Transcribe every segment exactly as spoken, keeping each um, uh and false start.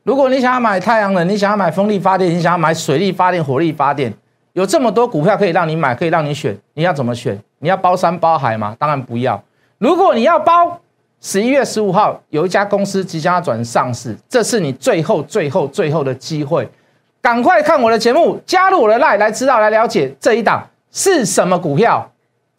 如果你想要买太阳能，你想要买风力发电，你想要买水力发电、火力发电，有这么多股票可以让你买，可以让你选，你要怎么选？你要包山包海吗？当然不要。如果你要包，十一月十五号有一家公司即将要转上市，这是你最后、最后、最后的机会，赶快看我的节目，加入我的 LINE 来知道、来了解这一档是什么股票。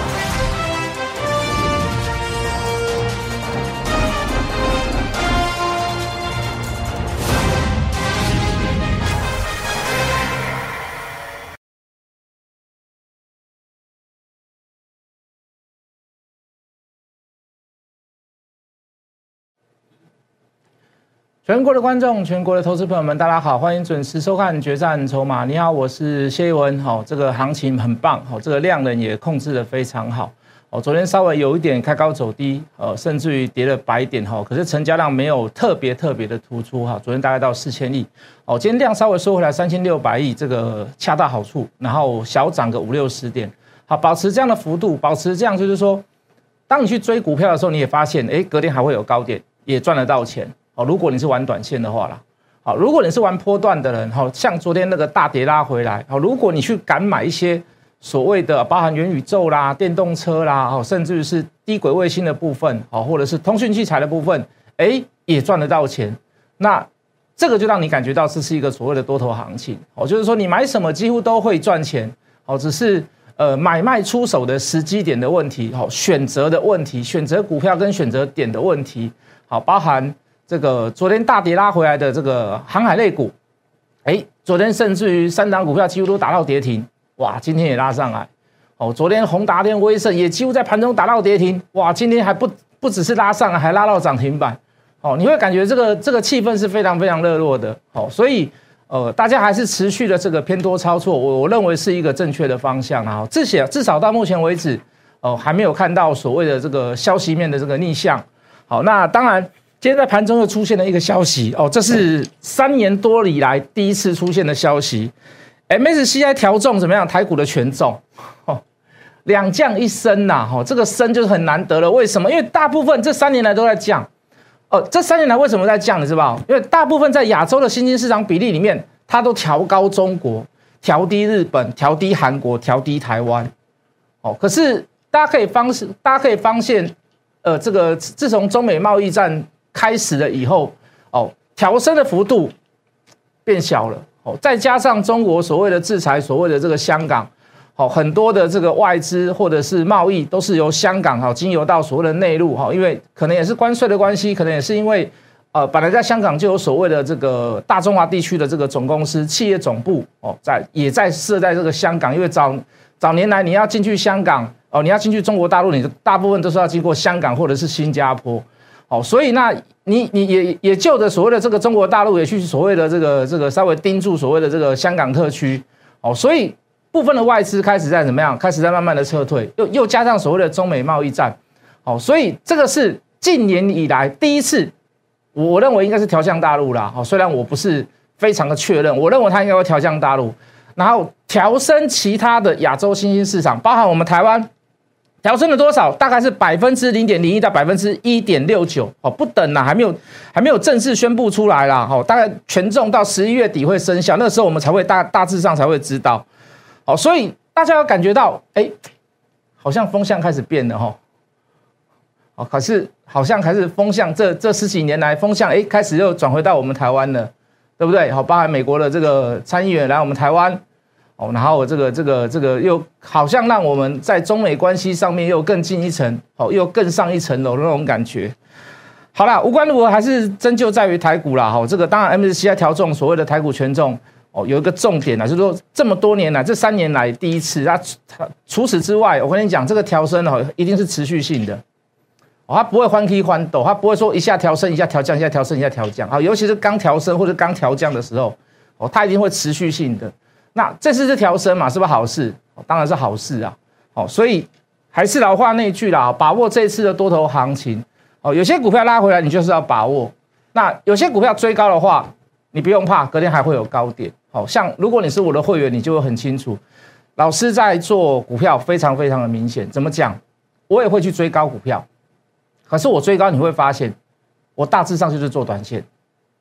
全国的观众，全国的投资朋友们，大家好，欢迎准时收看《决战筹码》。你好，我是谢一文。好，这个行情很棒，好，这个量能也控制得非常好。哦，昨天稍微有一点开高走低，呃，甚至于跌了百点哈，可是成交量没有特别特别的突出哈。昨天大概到四千亿，哦，今天量稍微收回来三千六百亿，这个恰到好处，然后小涨个五六十点，好，保持这样的幅度，保持这样就是说，当你去追股票的时候，你也发现，哎，隔天还会有高点，也赚得到钱。哦，如果你是玩短线的话啦，好，如果你是玩波段的人，好，像昨天那个大跌拉回来，好，如果你去敢买一些所谓的包含元宇宙啦、电动车啦，好，甚至于是低轨卫星的部分，好，或者是通讯器材的部分，哎，也赚得到钱，那这个就让你感觉到这是一个所谓的多头行情，哦，就是说你买什么几乎都会赚钱，哦，只是呃买卖出手的时机点的问题，好，选择的问题，选择股票跟选择点的问题，好，包含。这个昨天大跌拉回来的这个航海类股，哎，昨天甚至于三档股票几乎都打到跌停，哇，今天也拉上来，哦，昨天宏达电、威盛也几乎在盘中打到跌停，哇，今天还不不只是拉上来，还拉到涨停板，哦，你会感觉这个这个气氛是非常非常热络的，哦，所以呃，大家还是持续的这个偏多操作，我我认为是一个正确的方向啊，至少至少到目前为止，哦，还没有看到所谓的这个消息面的这个逆向，好，那当然。今天在盘中又出现了一个消息哦，这是三年多以来第一次出现的消息 ，M S C I 调重怎么样？台股的权重，哦，两降一升呐，哦，这个升就是很难得了。为什么？因为大部分这三年来都在降，哦，这三年来为什么在降？你知道吗？因为大部分在亚洲的新兴市场比例里面，它都调高中国，调低日本，调低韩国，调低台湾，哦，可是大家可以发现，大家可以发现，呃，这个自从中美贸易战。开始了以后，哦，调升的幅度变小了，哦，再加上中国所谓的制裁，所谓的这个香港，哦，很多的这个外资或者是贸易都是由香港哈经由到所谓的内陆哈，因为可能也是关税的关系，可能也是因为呃本来在香港就有所谓的这个大中华地区的这个总公司企业总部哦，在也在设在这个香港，因为早早年来你要进去香港哦，你要进去中国大陆，你大部分都是要经过香港或者是新加坡。哦，所以那你你也也就着所谓的这个中国大陆也去所谓的这个这个稍微盯住所谓的这个香港特区，哦，所以部分的外资开始在怎么样，开始在慢慢的撤退，又又加上所谓的中美贸易战，哦，所以这个是近年以来第一次，我认为应该是调向大陆啦，哦，虽然我不是非常的确认，我认为它应该会调向大陆，然后调升其他的亚洲新兴市场，包含我们台湾。调升了多少？大概是百分之零点零一到百分之一点六九，哦，不等啦，还没有还没有正式宣布出来啦，哦，大概权重到十一月底会生效，那时候我们才会大大致上才会知道，哦，所以大家要感觉到，哎，好像风向开始变了哈，哦，可是好像还是风向这这十几年来风向，哎，开始又转回到我们台湾了，对不对？好，包含美国的这个参议员来我们台湾。哦，然后这个这个这个又好像让我们在中美关系上面又更进一层，哦，又更上一层楼的那种感觉。好啦，无关如何，还是真就在于台股啦。哦，这个当然 M S C I 调重所谓的台股权重，哦，有一个重点啦，就是说这么多年来，这三年来第一次。那除此之外，我跟你讲，这个调升哦，一定是持续性的，哦，它不会欢起欢抖，它不会说一下调升，一下调降，一下调升，一下调降。好，尤其是刚调升或者刚调降的时候，哦，它一定会持续性的。那这次是调升嘛，是不是好事？当然是好事啊！哦，所以还是老话那句啦，把握这次的多头行情。哦，有些股票拉回来，你就是要把握；那有些股票追高的话，你不用怕，隔天还会有高点。好，像如果你是我的会员，你就会很清楚，老师在做股票非常非常的明显。怎么讲？我也会去追高股票，可是我追高你会发现，我大致上就是做短线。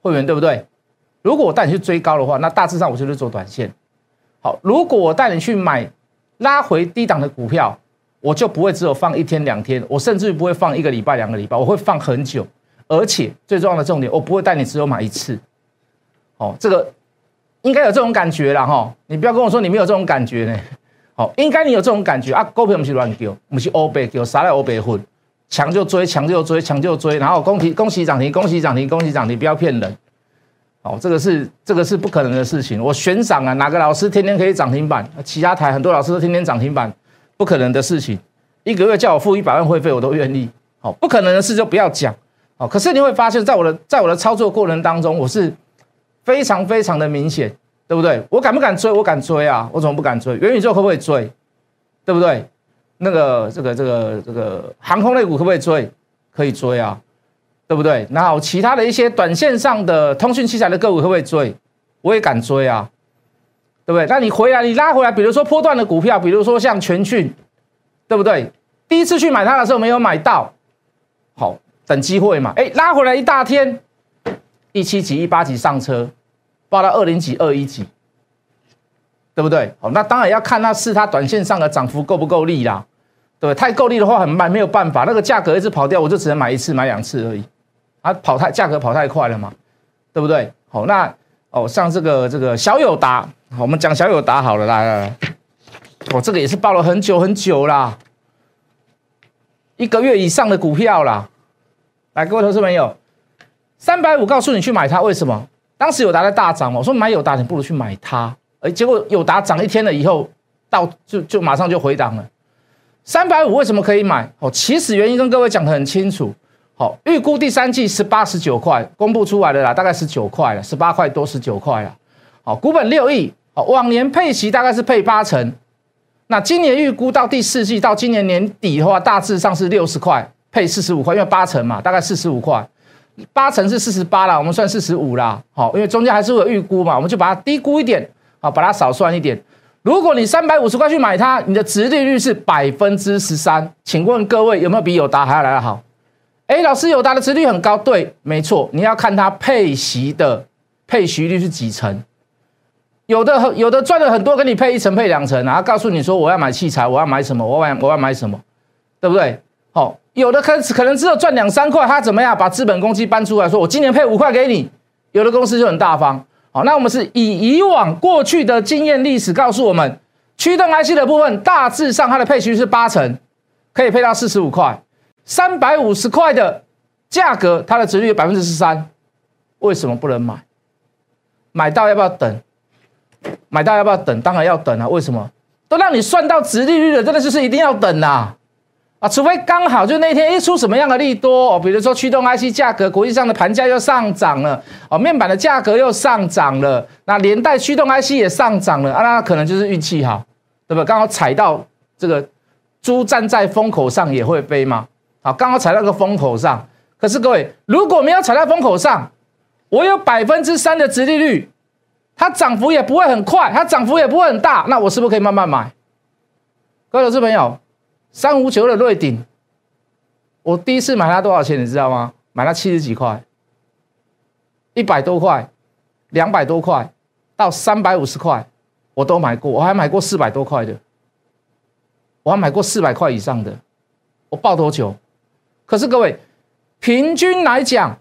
会员，对不对？如果我带你去追高的话，那大致上我就是做短线。好，如果我带你去买拉回低档的股票，我就不会只有放一天两天，我甚至于不会放一个礼拜两个礼拜，我会放很久。而且最重要的重点，我不会带你只有买一次。哦，这个应该有这种感觉啦哈，你不要跟我说你没有这种感觉呢。好，应该你有这种感觉啊，股票不是乱丢，不是欧北丢，啥来欧北混，强就追，强就追，强就追，然后恭喜恭喜涨停，恭喜涨停，恭喜涨停，不要骗人。哦，这个是这个是不可能的事情。我悬赏啊，哪个老师天天可以涨停板？其他台很多老师都天天涨停板，不可能的事情。一个月叫我付一百万会费，我都愿意。好，不可能的事就不要讲。好，可是你会发现在我的在我的操作过程当中，我是非常非常的明显，对不对？我敢不敢追？我敢追啊！我怎么不敢追？元宇宙可不可以追？对不对？那个这个这个这个航空类股可不可以追？可以追啊！对不对？然后其他的一些短线上的通讯器材的个股可不可以追？我也敢追啊，对不对？那你回来，你拉回来，比如说波段的股票，比如说像全讯，对不对？第一次去买它的时候没有买到，好，等机会嘛。哎，拉回来一大天，一七几、一八几上车，报到二零几、二一几，对不对？好，那当然要看它是它短线上的涨幅够不够力啦，对不对？太够力的话很慢，没有办法，那个价格一直跑掉，我就只能买一次、买两次而已。啊，跑太价格跑太快了嘛，对不对？好，那哦，像这个这个小友达，好，我们讲小友达好了，来来来，哦，这个也是抱了很久很久啦，一个月以上的股票啦。来，各位投资朋友，三百五告诉你去买它，为什么？当时友达在大涨嘛，我说买友达你不如去买它，哎，结果友达涨一天了以后，到就就马上就回档了。三百五为什么可以买？哦，其实原因跟各位讲得很清楚。好，预估第三季十八十九块，公布出来的啦，大概十九块了，十八块多，十九块了。好，股本六亿，好，往年配息大概是配八成，那今年预估到第四季到今年年底的话，大致上是六十块，配四十五块，因为八成嘛，大概四十五块，八成是四十八啦，我们算四十五啦。好，因为中间还是会有预估嘛，我们就把它低估一点，好，把它少算一点。如果你三百五十块去买它，你的殖利率是百分之十三，请问各位有没有比友达还要来得好？哎，老师，友达的殖利率很高，对，没错，你要看它配息的配息率是几成，有的有的赚了很多，给你配一成、配两成，然后告诉你说我要买器材，我要买什么，我要我要买什么，对不对？好、哦，有的可可能只有赚两三块，他怎么样把资本公积搬出来说，我今年配五块给你，有的公司就很大方。好，那我们是以以往过去的经验历史告诉我们，驱动 I C 的部分大致上它的配息率是八成，可以配到四十五块。三百五十块的价格，它的殖利率百分之十三，为什么不能买？买到要不要等？买到要不要等？当然要等啊！为什么？都让你算到殖利率了，真的就是一定要等啊！啊，除非刚好就那天一出什么样的利多哦，比如说驱动 I C 价格，国际上的盘价又上涨了，哦，面板的价格又上涨了，那连带驱动 I C 也上涨了啊，那可能就是运气好，对不对？刚好踩到这个猪站在风口上也会飞嘛。好，刚好踩到个风口上。可是各位，如果没有踩在风口上，我有百分之三的殖利率，它涨幅也不会很快，它涨幅也不会很大，那我是不是可以慢慢买？各位投资朋友，三五九的瑞鼎，我第一次买它多少钱，你知道吗？买它七十几块，一百多块，两百多块，到三百五十块，我都买过，我还买过四百多块的，我还买过四百块以上的，我抱多久？可是各位，平均来讲，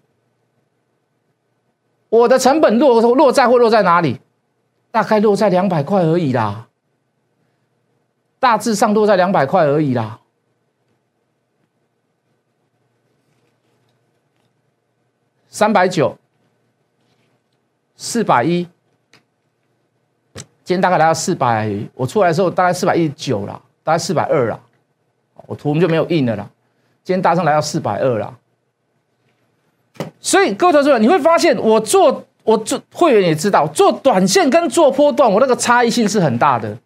我的成本落落在会落在哪里？大概落在两百块而已啦，大致上落在两百块而已啦。三百九，四百一，今天大概来到四百，我出来的时候大概四百一十九啦，大概四百二啦，我图我们就没有印了啦。今天大上来到四百二啦，所以各位投资者，你会发现我做我做会员也知道，做短线跟做波段，我那个差异性是很大的，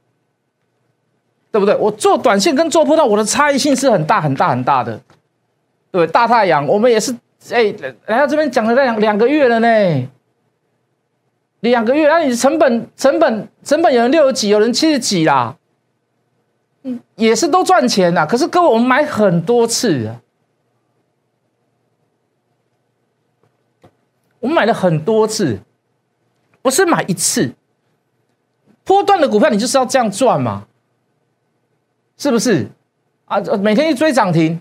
对不对？我做短线跟做波段，我的差异性是很大很大很大的，对不对？大太阳，我们也是，哎，来到这边讲了两两个月了呢，两个月，那你成本成本成本有人六十几，有人七十几啦。也是都赚钱啦，可是各位，我们买很多次啊， 我们买了很多次，不是买一次。波段的股票你就是要这样赚嘛，是不是？啊，每天一追涨停，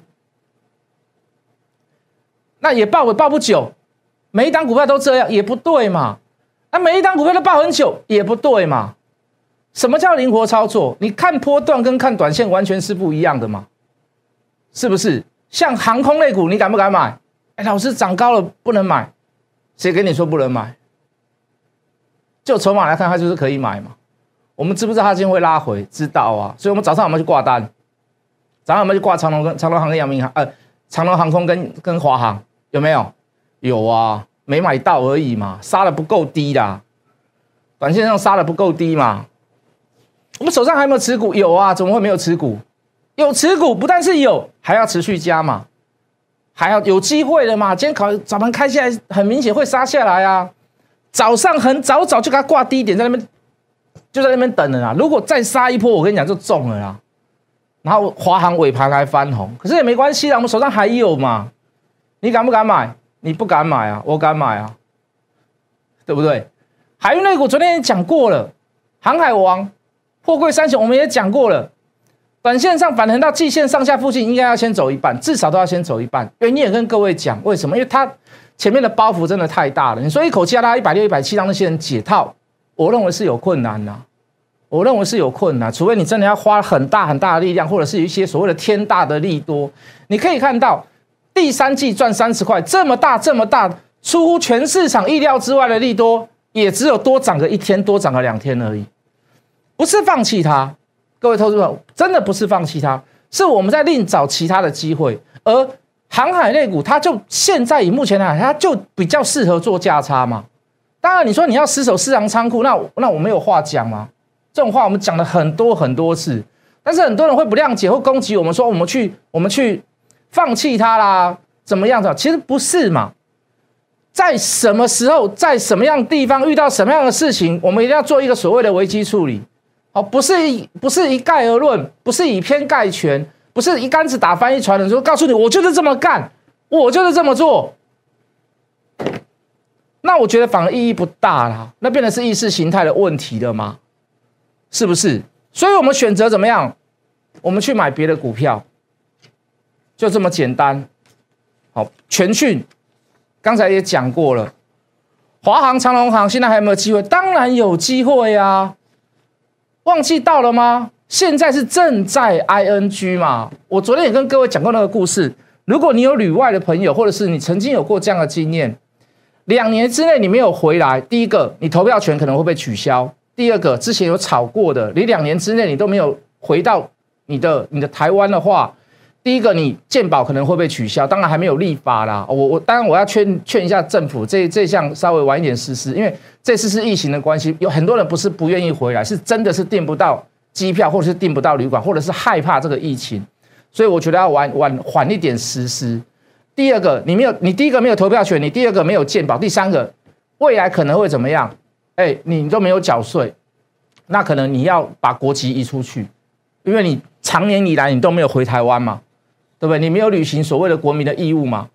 那也抱也抱不久，每一档股票都这样也不对嘛。啊，每一档股票都抱很久也不对嘛。什么叫灵活操作？你看波段跟看短线完全是不一样的嘛，是不是？像航空类股，你敢不敢买？哎，老师涨高了不能买，谁跟你说不能买？就筹码来看，它就是可以买嘛。我们知不知道它今天会拉回？知道啊，所以我们早上有没有去挂单？早上有没有去挂长荣跟长荣航跟阳明航？呃，长荣航空跟跟华航有没有？有啊，没买到而已嘛，杀的不够低啦，短线上杀的不够低嘛。我们手上还有没有持股？有啊，怎么会没有持股？有持股，不但是有，还要持续加嘛，还要有机会的嘛。今天考早盘开下来，很明显会杀下来啊。早上很早早就给它挂低一点，在那边。就在那边等了啦，如果再杀一波，我跟你讲就中了啦。然后华航尾盘还翻红，可是也没关系啦，我们手上还有嘛。你敢不敢买？你不敢买啊，我敢买啊，对不对？海运类股昨天也讲过了，航海王、货柜三雄我们也讲过了，短线上反弹到季线上下附近，应该要先走一半，至少都要先走一半。原因也跟各位讲，为什么？因为它前面的包袱真的太大了，你说一口气要拉一百六、一百七，让那些人解套。我认为是有困难呐，我认为是有困难，除非你真的要花很大很大的力量，或者是一些所谓的天大的利多。你可以看到第三季赚三十块，这么大这么大，出乎全市场意料之外的利多，也只有多涨个一天，多涨个两天而已，不是放弃它。各位投资者，真的不是放弃它，是我们在另找其他的机会。而航海类股，它就现在以目前来看，它就比较适合做价差嘛。当然，你说你要死守市场仓库，那那我没有话讲嘛。这种话我们讲了很多很多次，但是很多人会不谅解，会攻击我们说我们去我们去放弃它啦，怎么样的？其实不是嘛。在什么时候，在什么样的地方遇到什么样的事情，我们一定要做一个所谓的危机处理。哦，不是不是一概而论，不是以偏概全，不是一竿子打翻一船人，说告诉你我就是这么干，我就是这么做。那我觉得反而意义不大啦，那变成是意识形态的问题了吗？是不是？所以我们选择怎么样？我们去买别的股票，就这么简单。好，全讯刚才也讲过了，华航、长荣航现在还有没有机会？当然有机会啊！忘记到了吗？现在是正在 I N G 嘛。我昨天也跟各位讲过那个故事。如果你有旅外的朋友，或者是你曾经有过这样的经验。两年之内你没有回来，第一个你投票权可能会被取消，第二个之前有炒过的，你两年之内你都没有回到你的你的台湾的话，第一个你健保可能会被取消，当然还没有立法啦。我我当然我要劝劝一下政府，这这项稍微晚一点实施，因为这次是疫情的关系，有很多人不是不愿意回来，是真的是订不到机票，或者是订不到旅馆，或者是害怕这个疫情，所以我觉得要晚晚缓一点实施。第二个，你没有，你第一个没有投票权，你第二个没有健保，第三个，未来可能会怎么样？哎，你都没有缴税，那可能你要把国籍移出去，因为你长年以来你都没有回台湾嘛，对不对？你没有履行所谓的国民的义务嘛，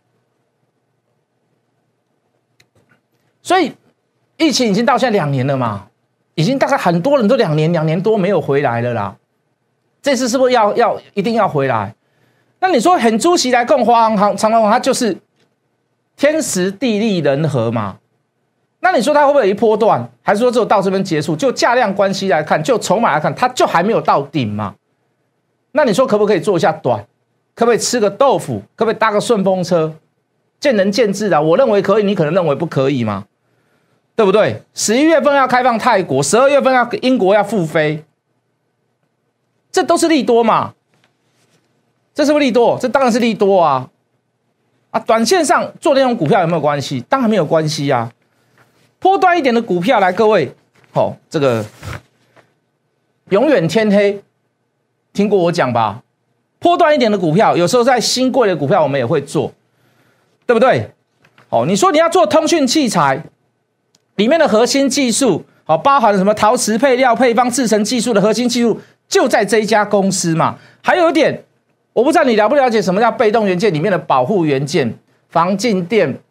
所以疫情已经到现在两年了嘛，已经大概很多人都两年两年多没有回来了啦，这次是不是要要一定要回来？那你说很主席来供华航、长荣航，它就是天时地利人和嘛？那你说它会不会有一波段？还是说只有到这边结束？就价量关系来看，就筹码来看，它就还没有到顶嘛？那你说可不可以做一下短？可不可以吃个豆腐？可不可以搭个顺风车？见仁见智啊。我认为可以，你可能认为不可以嘛？对不对？十一月份要开放泰国，十二月份要英国要复飞，这都是利多嘛？这是不是利多？这当然是利多啊！啊，短线上做那种股票有没有关系？当然没有关系啊。波段一点的股票来，各位，好、哦，这个永远天黑，听过我讲吧？波段一点的股票，有时候在新贵的股票我们也会做，对不对？哦，你说你要做通讯器材里面的核心技术，好、哦，包含了什么陶瓷配料、配方、制成技术的核心技术，就在这一家公司嘛。还有一点。我不知道你了不了解什么叫被动元件里面的保护元件、防静电、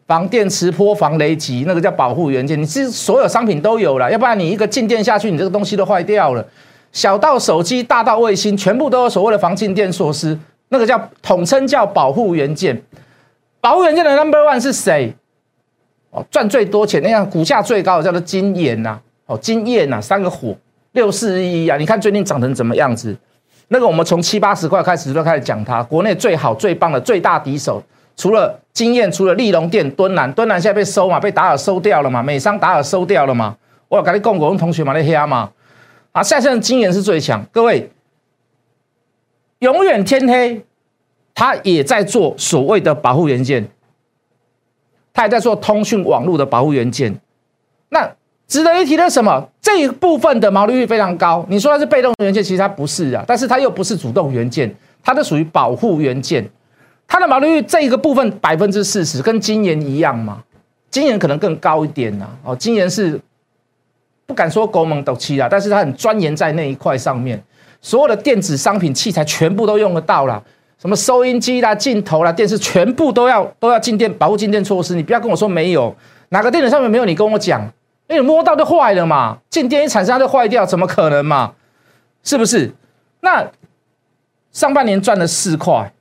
防电磁波、防雷击，那个叫保护元件。你是所有商品都有了，要不然你一个静电下去，你这个东西都坏掉了。小到手机，大到卫星，全部都有所谓的防静电措施，那个叫统称叫保护元件。保护元件的 number one 是谁？哦，赚最多钱，那样股价最高的叫做金研呐，哦，金燕呐，三个火，六四一啊，你看最近涨成怎么样子？那个我们从七八十块开始就开始讲它，国内最好最棒的最大敌手，除了金燕，除了立隆电、敦南，敦南现在被收嘛，被达尔收掉了嘛，美商达尔收掉了嘛，我有跟你讲过，我们同学嘛在黑嘛，啊，现在金研是最强，各位，永远天黑。他也在做所谓的保护元件，他也在做通讯网络的保护元件。那值得一提的是什么？这一部分的毛利率非常高。你说它是被动元件，其实它不是啊，但是它又不是主动元件，它都属于保护元件。它的毛利率这一个部分百分之四十，跟金研一样嘛？金研可能更高一点呐、啊。哦，金研是不敢说狗猛斗气啊，但是它很钻研在那一块上面，所有的电子商品器材全部都用得到啦。什么收音机啦、镜头啦、电视，全部都要都要静电保护静电措施。你不要跟我说没有，哪个电子上面没有？你跟我讲，因为你摸到就坏了嘛，静电一产生它就坏掉，怎么可能嘛？是不是？那上半年赚了四块，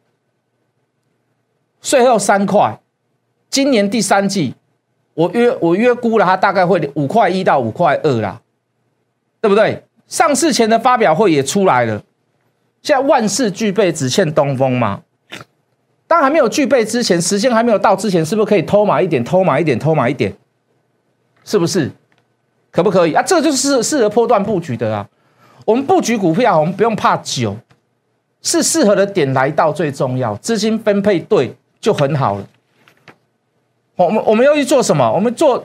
税后三块，今年第三季，我约我约估了，它大概会五块一到五块二啦，对不对？上市前的发表会也出来了。现在万事俱备，只欠东风嘛。当还没有具备之前，时间还没有到之前，是不是可以偷买一点、偷买一点、偷买一点？是不是？可不可以啊？这就是适合波段布局的啊。我们布局股票，我们不用怕久，是适合的点来到最重要，资金分配对就很好了。我们我们要去做什么？我们做。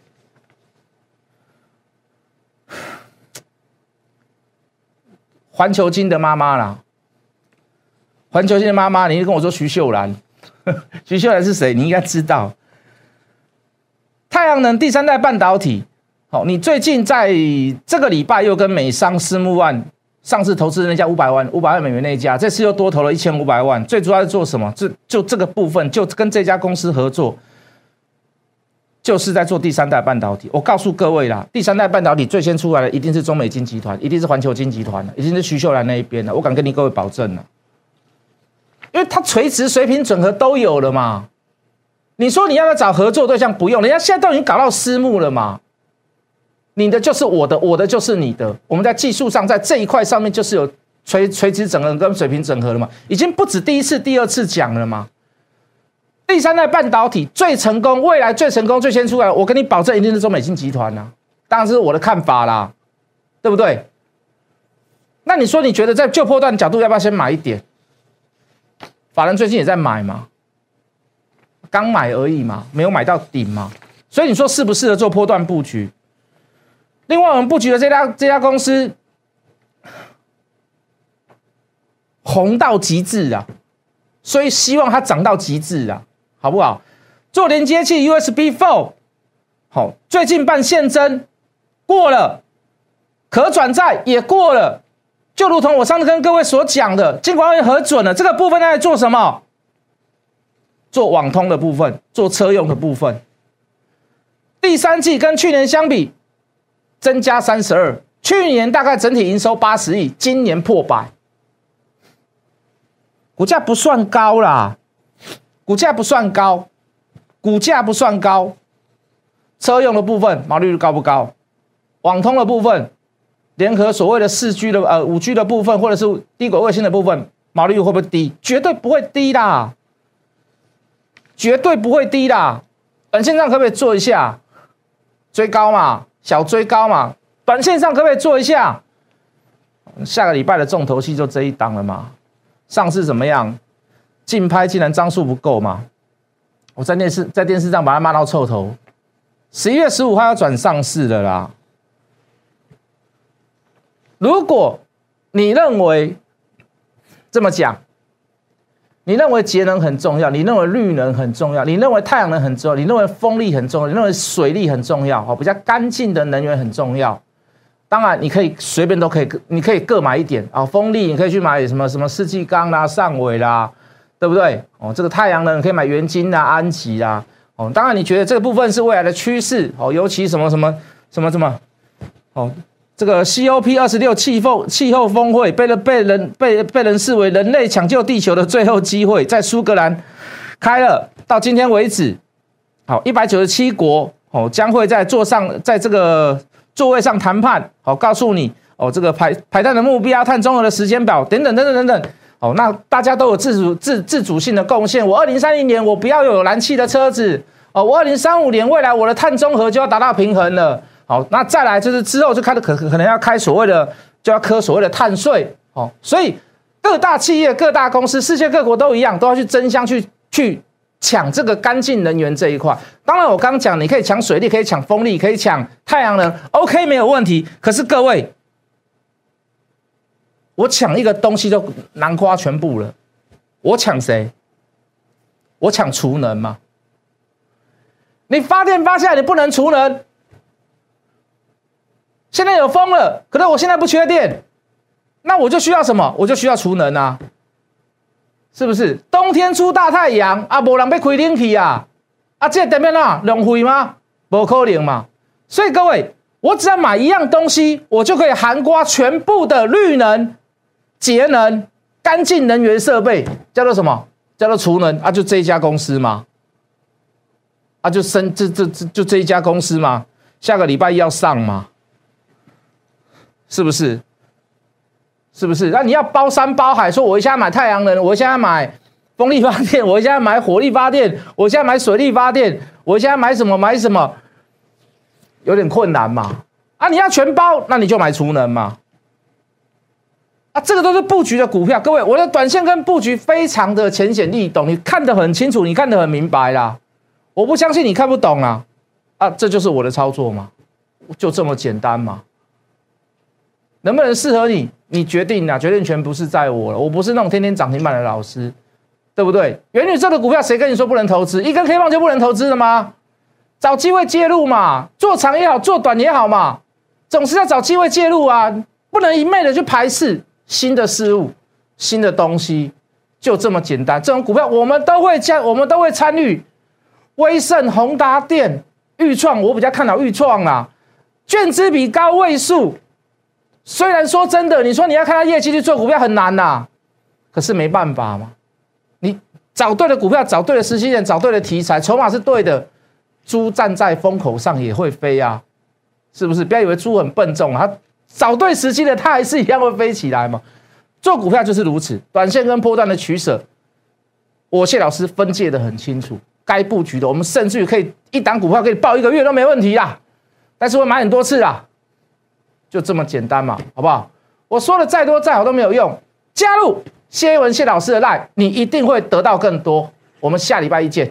环球金的妈妈啦，环球金的妈妈，你跟我说徐秀兰，徐秀兰是谁？你应该知道。太阳能第三代半导体，好，你最近在这个礼拜又跟美商私募案上市投资的那家五百万五百万美元那一家，这次又多投了一千五百万，最主要是做什么？这就这个部分，就跟这家公司合作。就是在做第三代半导体，我告诉各位啦，第三代半导体最先出来的一定是中美金集团，一定是环球金集团，一定是徐秀兰那一边的，我敢跟你各位保证了，因为它垂直水平整合都有了嘛。你说你要找合作对象不用，人家现在都已经搞到私募了嘛，你的就是我的，我的就是你的，我们在技术上在这一块上面就是有垂垂直整合跟水平整合了嘛，已经不止第一次、第二次讲了嘛。第三代半导体最成功，未来最成功、最先出来，我跟你保证，一定是中美金集团啊！当然是我的看法啦，对不对？那你说，你觉得在旧波段的角度，要不要先买一点？法人最近也在买嘛，刚买而已嘛，没有买到顶嘛，所以你说适不适合做波段布局？另外，我们布局的这家这家公司红到极致啊，所以希望它涨到极致啊。好不好？做连接器 U S B 四， 好，最近办现增过了，可转债也过了，就如同我上次跟各位所讲的，监管会核准了，这个部分在做什么？做网通的部分，做车用的部分。第三季跟去年相比，增加三十二，去年大概整体营收八十亿，今年破百，股价不算高啦。股价不算高，股价不算高，车用的部分毛利率高不高？网通的部分，联合所谓的四 G 的呃五 G 的部分，或者是低轨卫星的部分，毛利率会不会低？绝对不会低啦，绝对不会低啦。短线上可不可以做一下追高嘛？小追高嘛？短线上可不可以做一下？下个礼拜的重头戏就这一档了嘛？上市怎么样？竞拍竟然张数不够嘛？我在电视在电视上把他骂到臭头。十一月十五号要转上市了啦。如果你认为这么讲，你认为节能很重要，你认为绿能很重要，你认为太阳能很重要，你认为风力很重要，你认为水力很重要，比较干净的能源很重要。当然，你可以随便都可以，你可以各买一点啊。风力你可以去买什么什么世纪钢啦、上尾啦。对不对？哦，这个太阳能可以买元晶啦、安吉啦， 哦，当然你觉得这个部分是未来的趋势哦，尤其什么什么什么什么哦，这个 C O P 二十六 气候气候峰会被人被人被被人视为人类抢救地球的最后机会，在苏格兰开了，到今天为止，好一百九十七国哦将会在座上在这个座位上谈判，好告诉你哦这个排排碳的目标、碳中和的时间表等等等等等等。哦，那大家都有自主自自主性的贡献。我二零三零年我不要有燃气的车子哦，我二零三五年未来我的碳中和就要达到平衡了。好，那再来就是之后就开的可可能要开所谓的就要科所谓的碳税哦，所以各大企业、各大公司、世界各国都一样，都要去争相去去抢这个干净能源这一块。当然，我刚讲你可以抢水力，可以抢风力，可以抢太阳能 ，OK 没有问题。可是各位。我抢一个东西就囊括全部了，我抢谁？我抢储能嘛？你发电发下来，你不能储能。现在有风了，可是我现在不缺电，那我就需要什么？我就需要储能啊，是不是？冬天出大太阳啊，没人被开冷气啊，啊，这点面啊，浪费吗？不可能嘛。所以各位，我只要买一样东西，我就可以涵盖全部的绿能。节能、干净能源设备叫做什么？叫做储能啊，就这一家公司嘛，啊，就生这这这就这一家公司嘛，下个礼拜一要上嘛，是不是？是不是？那你要包山包海，说我现在买太阳能，我现在买风力发电，我现在买火力发电，我现在买水力发电，我现在买什么买什么，有点困难嘛。啊，你要全包，那你就买储能嘛。啊，这个都是布局的股票，各位，我的短线跟布局非常的浅显易懂，你看得很清楚，你看得很明白啦。我不相信你看不懂啊，啊，这就是我的操作嘛，就这么简单嘛。能不能适合你，你决定啊，决定权不是在我了，我不是那种天天涨停板的老师，对不对？元宇宙的股票谁跟你说不能投资？一根 K 棒就不能投资了吗？找机会介入嘛，做长也好，做短也好嘛，总是要找机会介入啊，不能一昧的去排斥。新的事物、新的东西，就这么简单。这种股票我们都会加，我们都会参与。威盛、宏达电、裕创，我比较看好裕创啦。券资比高位数，虽然说真的，你说你要看它业绩去做股票很难呐，可是没办法嘛。你找对了股票，找对了时机点，找对了题材，筹码是对的，猪站在风口上也会飞啊，是不是？不要以为猪很笨重啊。找对时机的，它还是一样会飞起来嘛。做股票就是如此，短线跟波段的取舍，我谢老师分界的很清楚。该布局的，我们甚至于可以一档股票可以抱一个月都没问题啦，但是会买很多次啦，就这么简单嘛，好不好？我说的再多再好都没有用。加入谢一文谢老师的 LINE， 你一定会得到更多。我们下礼拜一见。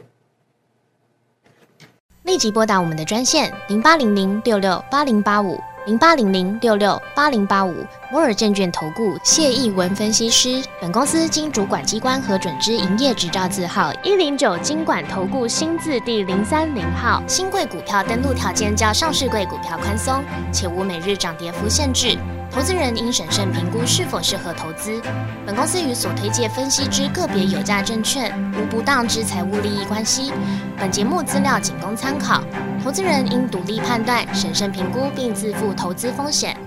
立即拨打我们的专线零八零零六六八零八五。零八零零六六八零八五摩尔证券投顾谢逸文分析师，本公司经主管机关核准之营业执照字号一零九金管投顾新字第零三零号。新贵股票登录条件较上市贵股票宽松，且无每日涨跌幅限制。投资人应审慎评估是否适合投资。本公司与所推介分析之个别有价证券无不当之财务利益关系。本节目资料仅供参考，投资人应独立判断、审慎评估并自负投资风险。